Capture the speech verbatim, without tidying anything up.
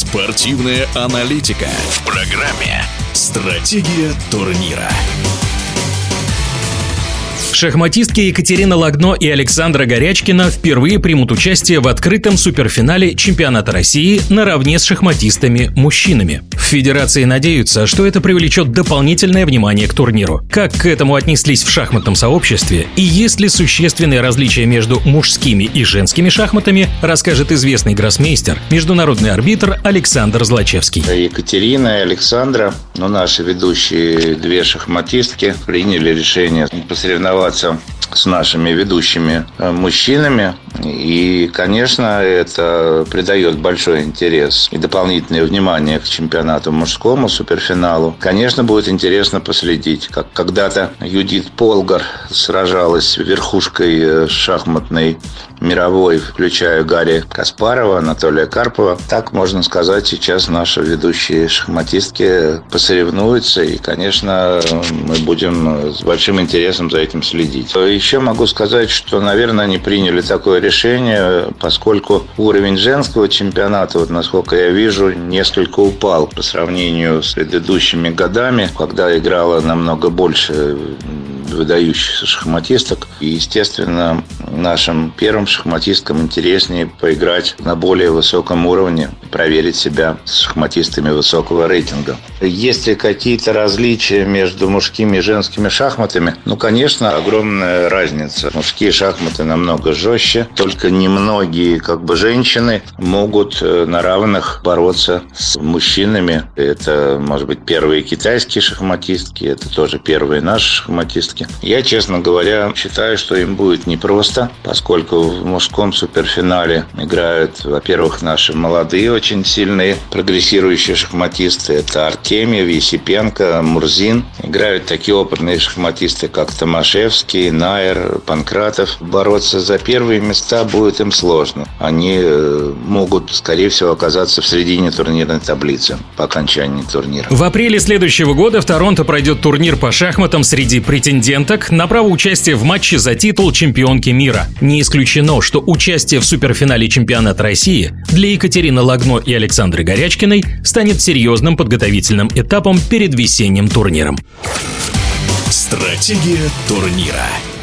Спортивная аналитика в программе «Стратегия турнира». Шахматистки Екатерина Лагно и Александра Горячкина впервые примут участие в открытом суперфинале чемпионата России наравне с шахматистами-мужчинами. В федерации надеются, что это привлечет дополнительное внимание к турниру. Как к этому отнеслись в шахматном сообществе и есть ли существенные различия между мужскими и женскими шахматами, расскажет известный гроссмейстер, международный арбитр Александр Злачевский. Екатерина и Александра, ну, наши ведущие две шахматистки, приняли решение посоревноваться с нашими ведущими мужчинами. И, конечно, это придает большой интерес и дополнительное внимание к чемпионату мужскому, суперфиналу. Конечно, будет интересно последить, как когда-то Юдит Полгар сражалась верхушкой шахматной мировой, включая Гарри Каспарова, Анатолия Карпова. Так, можно сказать, сейчас наши ведущие шахматистки посоревнуются. И, конечно, мы будем с большим интересом за этим следить. Еще могу сказать, что, наверное, они приняли такое решение, поскольку уровень женского чемпионата, вот насколько я вижу, несколько упал по сравнению с предыдущими годами, когда играло намного больше выдающихся шахматисток. И, естественно, нашим первым шахматисткам интереснее поиграть на более высоком уровне, проверить себя с шахматистами высокого рейтинга. Есть ли какие-то различия между мужскими и женскими шахматами? Ну, конечно, огромная разница. Мужские шахматы намного жестче, только немногие как бы женщины могут на равных бороться с мужчинами. Это, может быть, первые китайские шахматистки, это тоже первые наши шахматистки. Я, честно говоря, считаю, что им будет непросто, поскольку в мужском суперфинале играют, во-первых, наши молодые, очень сильные, прогрессирующие шахматисты. Это Артемьев, Есипенко, Мурзин. Играют такие опытные шахматисты, как Томашевский, Найер, Панкратов. Бороться за первые места будет им сложно. Они могут, скорее всего, оказаться в середине турнирной таблицы по окончании турнира. В апреле следующего года в Торонто пройдет турнир по шахматам среди претенденток на право участия в матче за титул чемпионки мира. Не исключено, что участие в суперфинале чемпионата России для Екатерины Лагно и Александры Горячкиной станет серьезным подготовительным этапом перед весенним турниром. Стратегия турнира.